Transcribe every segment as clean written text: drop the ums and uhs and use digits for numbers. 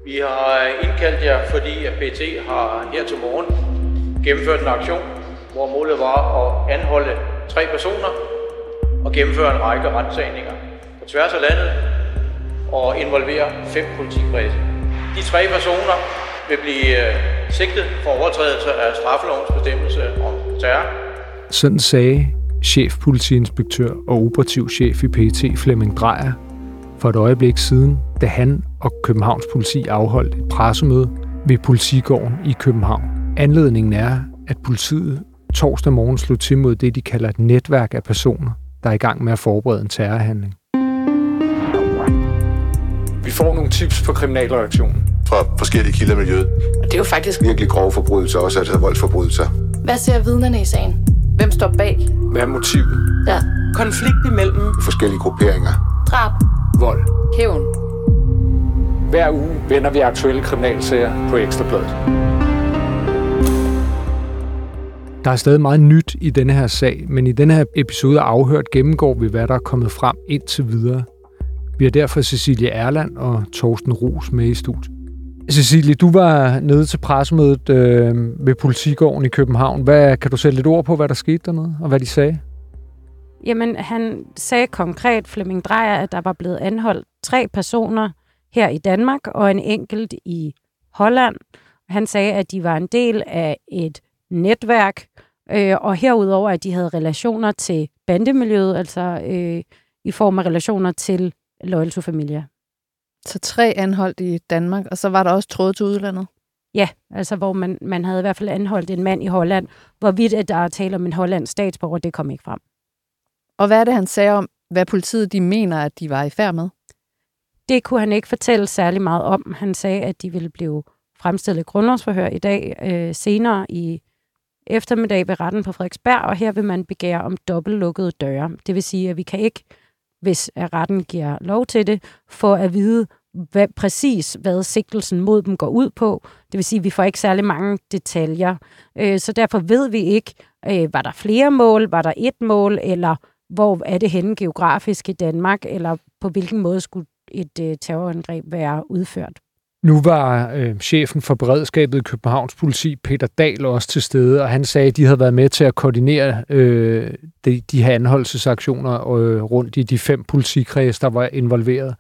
Vi har indkaldt jer, fordi at PET har her til morgen gennemført en aktion, hvor målet var at anholde 3 personer og gennemføre en række ransagninger på tværs af landet og involvere 5 politikredse. De 3 personer vil blive sigtet for overtrædelse af straffelovens bestemmelse om terror. Sådan sagde chefpolitiinspektør og operativ chef i PET Flemming Drejer for et øjeblik siden, da han og Københavns politi afholdt et pressemøde ved Politigården i København. Anledningen er, at politiet torsdag morgen slog til mod det, de kalder et netværk af personer, der er i gang med at forberede en terrorhandling. Vi får nogle tips på kriminalreaktionen fra forskellige kilder i miljøet. Og det er jo faktisk virkelig grove forbrydelser, også altså voldsforbrydelser. Hvad ser vidnerne i sagen? Hvem står bag? Hvad er motivet? Ja. Konflikt imellem forskellige grupperinger. Drab. Vold. Hævn. Hver uge vender vi aktuelle kriminalsager på Ekstra Bladet. Der er stadig meget nyt i denne her sag, men i denne her episode afhørt gennemgår vi, hvad der er kommet frem indtil videre. Vi har derfor Cecilie Erland og Torsten Roos med i studiet. Cecilie, du var nede til pressemødet ved Politigården i København. Kan du sætte lidt ord på, hvad der skete dernede, og hvad de sagde? Jamen, han sagde konkret, Flemming Drejer, at der var blevet anholdt 3 personer her i Danmark og en enkelt i Holland. Han sagde, at de var en del af et netværk, og herudover, at de havde relationer til bandemiljøet, altså i form af relationer til Loyal to Familia. Så 3 anholdt i Danmark, og så var der også tråde til udlandet? Ja, altså hvor man havde i hvert fald anholdt en mand i Holland. Hvorvidt at der er tale om en hollandsk statsborger, det kom ikke frem. Og hvad er det, han sagde om, hvad politiet de mener, at de var i færd med? Det kunne han ikke fortælle særlig meget om. Han sagde, at de ville blive fremstillet grundlovsforhør i dag, senere i eftermiddag ved retten på Frederiksberg, og her vil man begære om dobbeltlukkede døre. Det vil sige, at vi kan ikke, hvis retten giver lov til det, få at vide hvad sigtelsen mod dem går ud på. Det vil sige, at vi får ikke særlig mange detaljer. Så derfor ved vi ikke, var der flere mål, var der 1 mål, eller hvor er det henne geografisk i Danmark, eller på hvilken måde skulle et terrorangreb være udført. Nu var chefen for beredskabet i Københavns politi, Peter Dahl, også til stede, og han sagde, at de havde været med til at koordinere de her anholdelsesaktioner rundt i de 5 politikredse, der var involveret.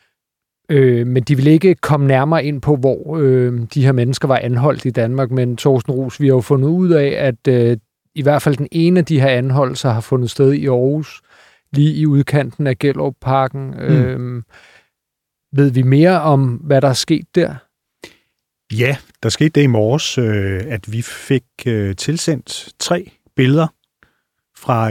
Men de ville ikke komme nærmere ind på, hvor de her mennesker var anholdt i Danmark. Men Torsten Roos, vi har jo fundet ud af, at i hvert fald den ene af de her anholdelser har fundet sted i Aarhus, lige i udkanten af Gellerupparken. Ved vi mere om, hvad der er sket der? Ja, der skete det i morges, at vi fik tilsendt 3 billeder fra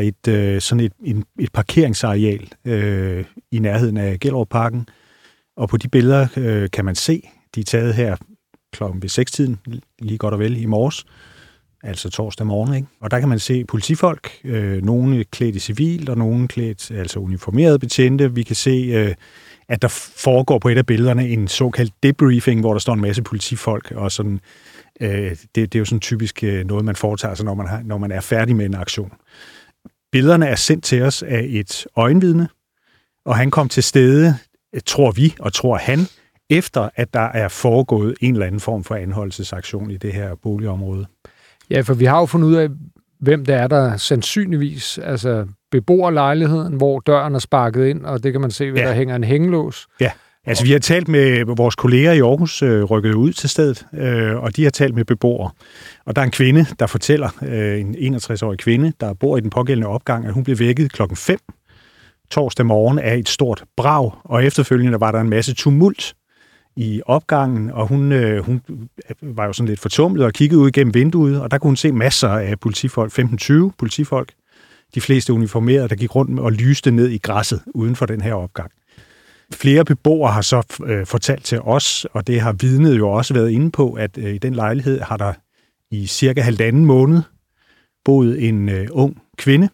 et parkeringsareal i nærheden af Gellerupparken. Og på de billeder kan man se, de er taget her klokken ved 6-tiden, lige godt og vel i morges, altså torsdag morgen, ikke? Og der kan man se politifolk, nogle klædt i civil, og nogle klædt, altså uniformerede betjente. Vi kan se, at der foregår på et af billederne en såkaldt debriefing, hvor der står en masse politifolk, og sådan, det er jo sådan typisk noget, man foretager sig, når man er færdig med en aktion. Billederne er sendt til os af et øjenvidne, og han kom til stede, tror vi, og tror han, efter at der er foregået en eller anden form for anholdelsesaktion i det her boligområde. Ja, for vi har jo fundet ud af, hvem det er, der sandsynligvis bebor lejligheden, hvor døren er sparket ind, og det kan man se, ved der hænger en hængelås. Ja, altså vi har talt med vores kolleger i Aarhus, rykket ud til stedet, og de har talt med beboere. Og der er en kvinde, der fortæller, en 61-årig kvinde, der bor i den pågældende opgang, at hun blev vækket klokken 5 torsdag morgen af et stort brag, og efterfølgende var der en masse tumult i opgangen, og hun var jo sådan lidt fortumlet og kiggede ud gennem vinduet, og der kunne hun se masser af politifolk, 15-20 politifolk, de fleste uniformerede, der gik rundt og lyste ned i græsset uden for den her opgang. Flere beboere har så fortalt til os, og det har vidnet jo også været inde på, at i den lejlighed har der i cirka 1,5 måned boet en ung kvinde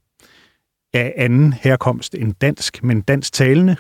af anden herkomst end dansk, men dansktalende,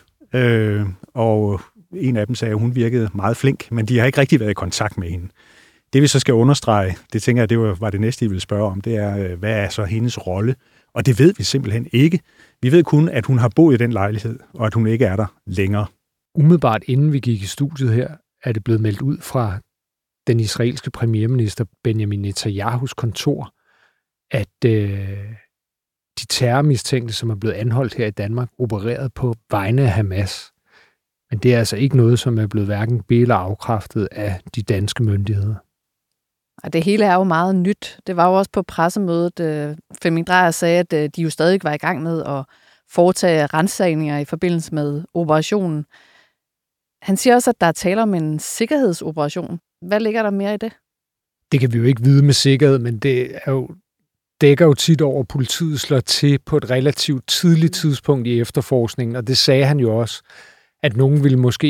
og en af dem sagde, at hun virkede meget flink, men de har ikke rigtig været i kontakt med hende. Det vi så skal understrege, det tænker jeg, det var det næste, I ville spørge om, det er, hvad er så hendes rolle? Og det ved vi simpelthen ikke. Vi ved kun, at hun har boet i den lejlighed, og at hun ikke er der længere. Umiddelbart inden vi gik i studiet her, er det blevet meldt ud fra den israelske premierminister Benjamin Netanyahus kontor, at de terrormistænkte, som er blevet anholdt her i Danmark, opereret på vegne af Hamas. Men det er altså ikke noget, som er blevet hverken be- eller afkræftet af de danske myndigheder. Og det hele er jo meget nyt. Det var jo også på pressemødet, Flemming Drejer sagde, at de jo stadig var i gang med at foretage ransagninger i forbindelse med operationen. Han siger også, at der er tale om en sikkerhedsoperation. Hvad ligger der mere i det? Det kan vi jo ikke vide med sikkerhed, men det dækker jo tit over, at politiet slår til på et relativt tidligt tidspunkt i efterforskningen, og det sagde han jo også, at nogen ville måske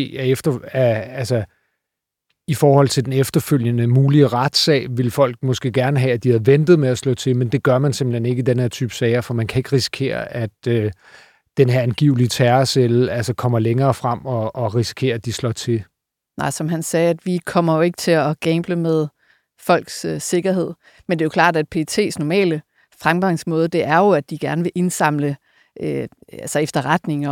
i forhold til den efterfølgende mulige retssag, ville folk måske gerne have, at de havde ventet med at slå til, men det gør man simpelthen ikke i den her type sager, for man kan ikke risikere, at den her angivelige terrorcelle kommer længere frem og risikerer, at de slår til. Nej, som han sagde, at vi kommer jo ikke til at gamble med folks sikkerhed. Men det er jo klart, at PET's normale fremgangsmåde, det er jo, at de gerne vil indsamle efterretninger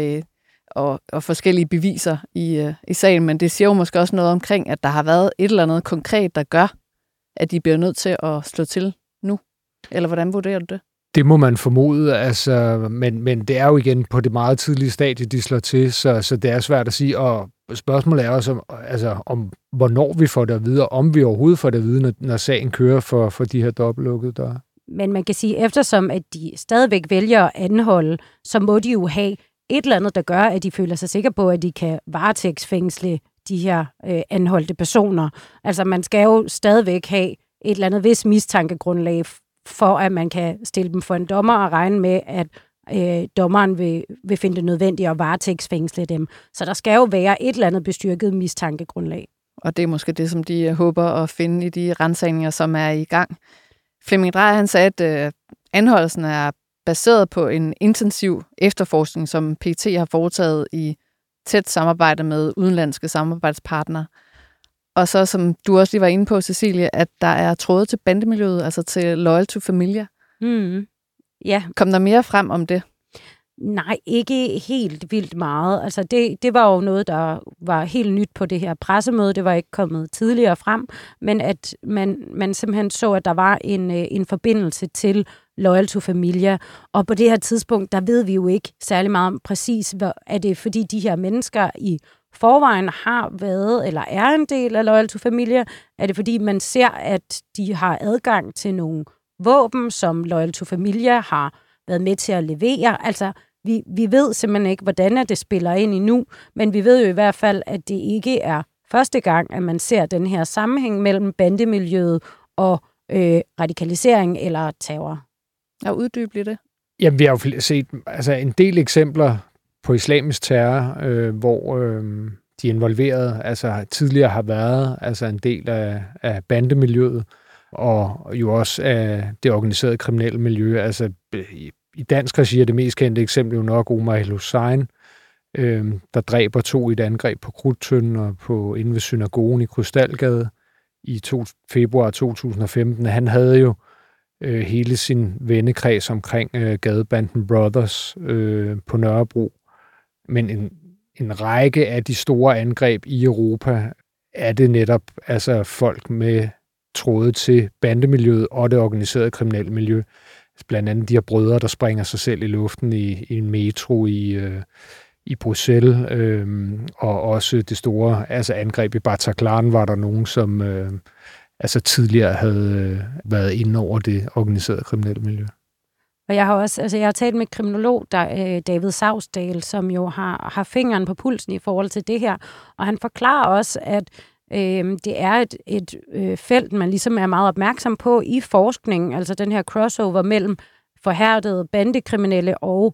og forskellige beviser i sagen. Men det siger jo måske også noget omkring, at der har været et eller andet konkret, der gør, at de bliver nødt til at slå til nu. Eller hvordan vurderer du det? Det må man formode, men det er jo igen på det meget tidlige stadie, de slår til, så det er svært at sige. Og spørgsmålet er også, om hvornår vi får det at vide, og om vi overhovedet får det at vide, når sagen kører for de her dobbeltlukkede døre. Men man kan sige, eftersom at de stadigvæk vælger at anholde, så må de jo have et eller andet, der gør, at de føler sig sikre på, at de kan varetægtsfængsle de her anholdte personer. Altså man skal jo stadigvæk have et eller andet vis mistankegrundlag for at man kan stille dem for en dommer og regne med, at dommeren vil finde det nødvendigt at varetægtsfængsle dem. Så der skal jo være et eller andet bestyrket mistankegrundlag. Og det er måske det, som de håber at finde i de ransagninger, som er i gang. Flemming Drejer, han sagde, at anholdelsen er baseret på en intensiv efterforskning, som PET har foretaget i tæt samarbejde med udenlandske samarbejdspartnere. Og så, som du også lige var inde på, Cecilie, at der er tråde til bandemiljøet, altså til Loyal to Familia. Ja. Kom der mere frem om det? Nej, ikke helt vildt meget. Altså det var jo noget, der var helt nyt på det her pressemøde. Det var ikke kommet tidligere frem, men at man simpelthen så, at der var en forbindelse til Loyal to Familia. Og på det her tidspunkt, der ved vi jo ikke særlig meget om præcis, er det fordi de her mennesker i forvejen har været eller er en del af Loyal to Familia? Er det fordi man ser, at de har adgang til nogle våben, som Loyal to Familia har været med til at levere? Altså, vi ved simpelthen ikke, hvordan det spiller ind endnu, men vi ved jo i hvert fald, at det ikke er første gang, at man ser den her sammenhæng mellem bandemiljøet og radikalisering eller terror. Og uddyb lidt det. Jamen, vi har jo set en del eksempler på islamisk terror, hvor de involverede tidligere har været en del af bandemiljøet, og jo også af det organiserede kriminelle miljø. Altså, i dansk regi er det mest kendte eksempel jo nok Omar el-Hussein, der dræber 2 i et angreb på Krudttønden og inde ved synagogen i Krystalgade i februar 2015. Han havde jo hele sin vennekreds omkring gadebanden Brothers på Nørrebro. Men en række af de store angreb i Europa er det netop folk med tråde til bandemiljøet og det organiserede kriminelle miljø. Blandt andet de her brødre, der springer sig selv i luften i en metro i Bruxelles, og også det store angreb i Bataclan, var der nogen, som tidligere havde været inde over det organiserede kriminelle miljø. Og jeg har talt med kriminolog David Sausdal, som jo har fingeren på pulsen i forhold til det her, og han forklarer også, at det er et felt, man ligesom er meget opmærksom på i forskningen, altså den her crossover mellem forhærdede bandekriminelle og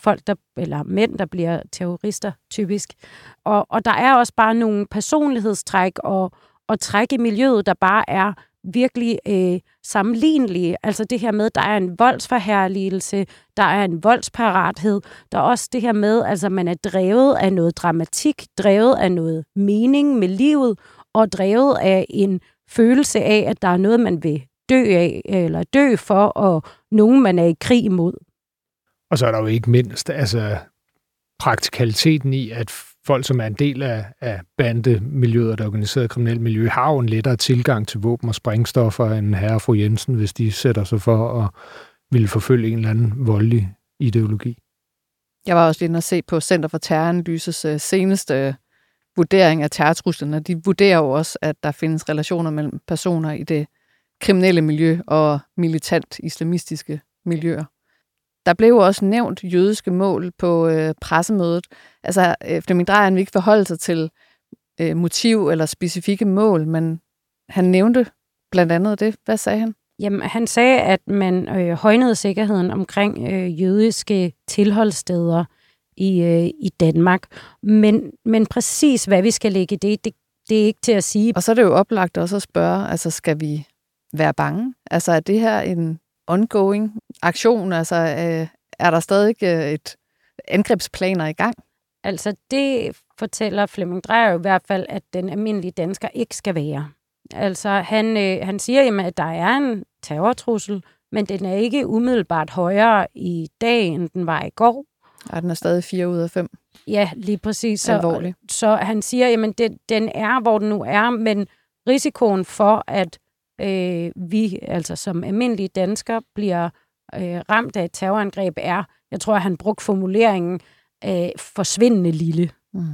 mænd, der bliver terrorister, typisk. Og der er også bare nogle personlighedstræk og træk i miljøet, der bare er virkelig sammenlignelige. Altså det her med, der er en voldsforherligelse, der er en voldsparathed, der er også det her med, man er drevet af noget dramatik, drevet af noget mening med livet, og drevet af en følelse af, at der er noget, man vil dø af, eller dø for, og nogen, man er i krig imod. Og så er der jo ikke mindst praktikaliteten i, at folk, som er en del af bandemiljøet og det organiserede kriminelle miljø, har jo en lettere tilgang til våben og sprængstoffer end herre og fru Jensen, hvis de sætter sig for at ville forfølge en eller anden voldelig ideologi. Jeg var også inde og se på Center for Terroranalyses seneste vurdering af terrortruslerne. De vurderer jo også, at der findes relationer mellem personer i det kriminelle miljø og militant islamistiske miljøer. Der blev også nævnt jødiske mål på pressemødet. Altså, Flemming Dreyer vil ikke forholde sig til motiv eller specifikke mål, men han nævnte blandt andet det. Hvad sagde han? Jamen, han sagde, at man højnede sikkerheden omkring jødiske tilholdssteder i Danmark. Men præcis hvad vi skal lægge det er ikke til at sige. Og så er det jo oplagt også at spørge, altså skal vi være bange? Altså er det her en ongoing aktion? Altså er der stadig et angrebsplaner i gang? Altså det fortæller Flemming Dreyer i hvert fald, at den almindelige dansker ikke skal være. Altså han siger jamen, at der er en terrortrussel, men den er ikke umiddelbart højere i dag, end den var i går. Og den er stadig 4 ud af 5. Ja, lige præcis. Alvorlig. Så han siger, jamen den er, hvor den nu er, men risikoen for, at vi altså som almindelige danskere bliver ramt af et terrorangreb er, jeg tror, at han brugte formuleringen, forsvindende lille. Mm.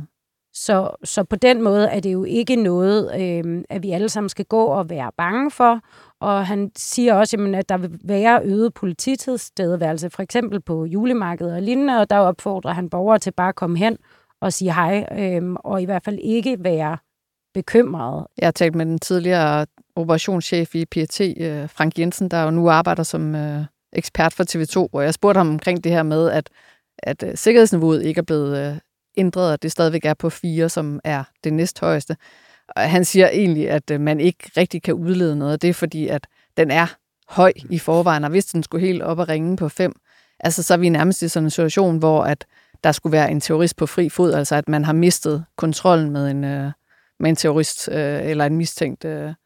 Så på den måde er det jo ikke noget, at vi alle sammen skal gå og være bange for. Og han siger også, jamen, at der vil være øget polititilstedeværelse, for eksempel på julemarkedet og lignende, og der opfordrer han borgere til bare at komme hen og sige hej, og i hvert fald ikke være bekymret. Jeg har talt med den tidligere operationschef i PET, Frank Jensen, der jo nu arbejder som ekspert for TV2, og jeg spurgte ham omkring det her med, at sikkerhedsniveauet ikke er blevet ændret, og det stadigvæk er på 4, som er det næsthøjeste. Og han siger egentlig, at man ikke rigtig kan udlede noget, og det er fordi, at den er høj i forvejen, og hvis den skulle helt op og ringe på 5, altså så er vi nærmest i sådan en situation, hvor at der skulle være en terrorist på fri fod, altså at man har mistet kontrollen med en terrorist eller en mistænkt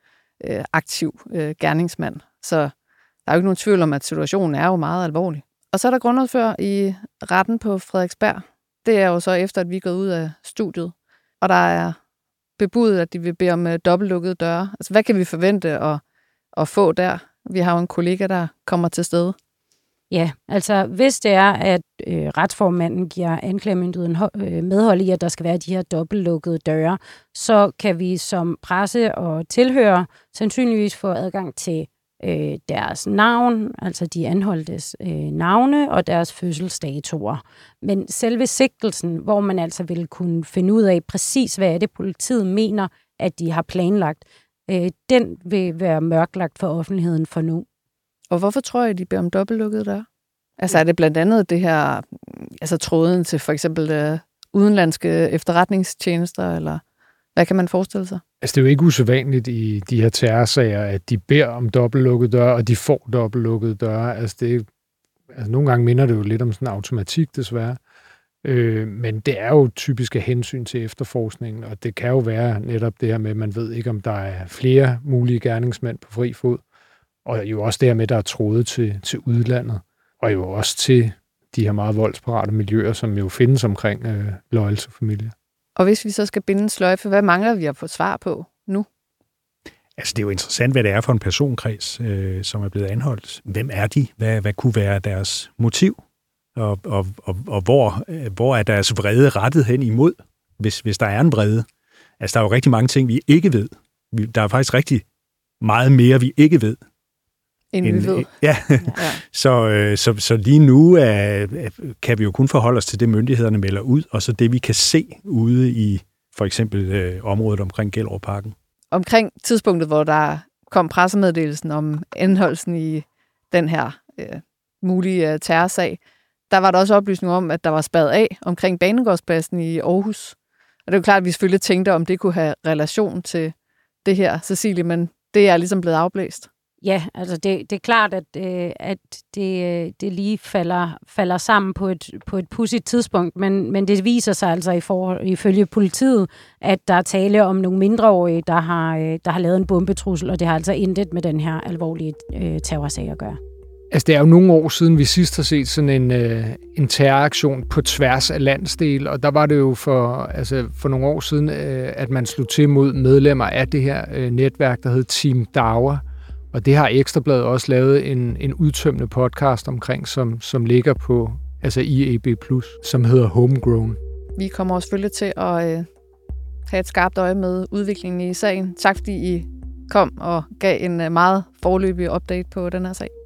aktiv gerningsmand. Så der er jo ikke nogen tvivl om, at situationen er jo meget alvorlig. Og så er der grundlovsfører i retten på Frederiksberg. Det er jo så efter, at vi er gået ud af studiet, og der er bebudet, at de vil bede om dobbeltlukkede døre. Altså, hvad kan vi forvente at få der? Vi har jo en kollega, der kommer til stede. Ja, altså hvis det er, at retsformanden giver anklagemyndigheden medhold i, at der skal være de her dobbeltlukkede døre, så kan vi som presse og tilhører sandsynligvis få adgang til deres navn, altså de anholdtes navne og deres fødselsdatoer. Men selve sigtelsen, hvor man altså vil kunne finde ud af præcis, hvad er det politiet mener, at de har planlagt, den vil være mørklagt for offentligheden for nu. Og hvorfor tror jeg, de beder om dobbeltlukkede døre? Altså er det blandt andet det her, altså tråden til for eksempel udenlandske efterretningstjenester, eller hvad kan man forestille sig? Altså det er jo ikke usædvanligt i de her terrorsager, at de beder om dobbeltlukkede døre, og de får dobbeltlukkede døre. Altså nogle gange minder det jo lidt om sådan en automatik, desværre. Men det er jo typisk af hensyn til efterforskningen, og det kan jo være netop det her med, at man ved ikke, om der er flere mulige gerningsmænd på fri fod, og jo også det her med, at der er tråde til udlandet, og jo også til de her meget voldsparate miljøer, som jo findes omkring Loyal to Familia. Og hvis vi så skal binde en sløjfe, hvad mangler vi at få svar på nu? Altså, det er jo interessant, hvad det er for en personkreds, som er blevet anholdt. Hvem er de? Hvad kunne være deres motiv? Og hvor er deres vrede rettet hen imod, hvis der er en vrede? Altså, der er jo rigtig mange ting, vi ikke ved. Der er faktisk rigtig meget mere, vi ikke ved. End vi ved. Ja, så lige nu kan vi jo kun forholde os til det, myndighederne melder ud, og så det, vi kan se ude i for eksempel området omkring Gellerupparken. Omkring tidspunktet, hvor der kom pressemeddelelsen om anholdelsen i den her mulige terrorsag, der var der også oplysning om, at der var spadet af omkring Banegårdspladsen i Aarhus. Og det er jo klart, at vi selvfølgelig tænkte, om det kunne have relation til det her, Cecilie, men det er ligesom blevet afblæst. Ja, altså det er klart, at det lige falder sammen på et pudsigt tidspunkt, men det viser sig altså ifølge politiet, at der er tale om nogle mindreårige, der har lavet en bombetrussel, og det har altså intet med den her alvorlige terrorsag at gøre. Altså, det er jo nogle år siden, vi sidst har set sådan en terroraktion på tværs af landsdel, og der var det jo for nogle år siden, at man slog til mod medlemmer af det her netværk, der hed Team Dawa, og det har Ekstra Bladet også lavet en udtømmende podcast omkring, som ligger på IAB+, som hedder Homegrown. Vi kommer også selvfølgelig til at have et skarpt øje med udviklingen i sagen. Tak fordi I kom og gav en meget foreløbig update på den her sag.